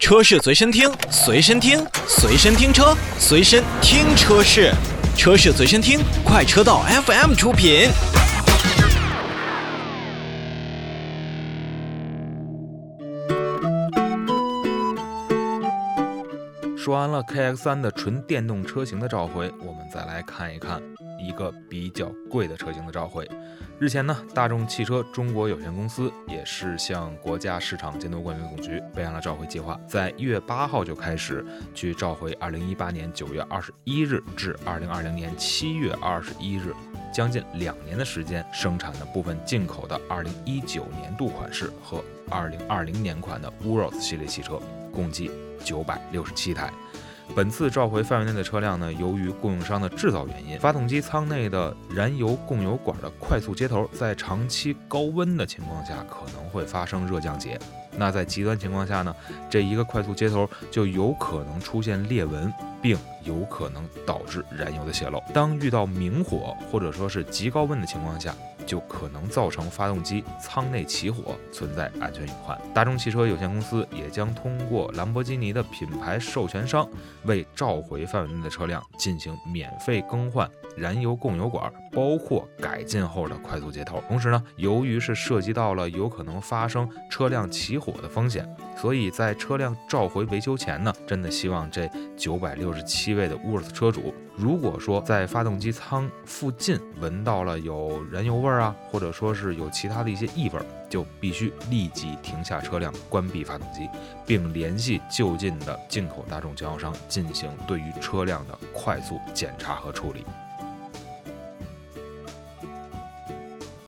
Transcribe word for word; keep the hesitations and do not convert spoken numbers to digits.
车是随身听，随身听，随身听车，随身听车是，车是随身听，快车道 F M 出品。 说完了 K X 三 的纯电动车型的召回，我们再来看一看一个比较贵的车型的召回。日前呢，大众汽车中国有限公司也是向国家市场监督管理总局备案了召回计划，在一月八号就开始去召回二零一八年九月二十一日至二零二零年七月二十一日，将近两年的时间生产的部分进口的二零一九年度款式和二零二零年款的 Urus 系列汽车，共计九百六十七台。本次召回范围内的车辆呢，由于供应商的制造原因，发动机舱内的燃油供油管的快速接头在长期高温的情况下可能会发生热降解。那在极端情况下呢，这一个快速接头就有可能出现裂纹，并有可能导致燃油的泄漏。当遇到明火或者说是极高温的情况下，就可能造成发动机舱内起火，存在安全隐患。大众汽车有限公司也将通过兰博基尼的品牌授权商，为召回范围内的车辆进行免费更换燃油供油管，包括改进后的快速接头。同时呢，由于是涉及到了有可能发生车辆起火的风险，所以在车辆召回维修前呢，真的希望这九百六十七位的 Urus 车主，如果说在发动机舱附近闻到了有燃油味啊，或者说是有其他的一些异味，就必须立即停下车辆，关闭发动机，并联系就近的进口大众经销商进行对于车辆的快速检查和处理。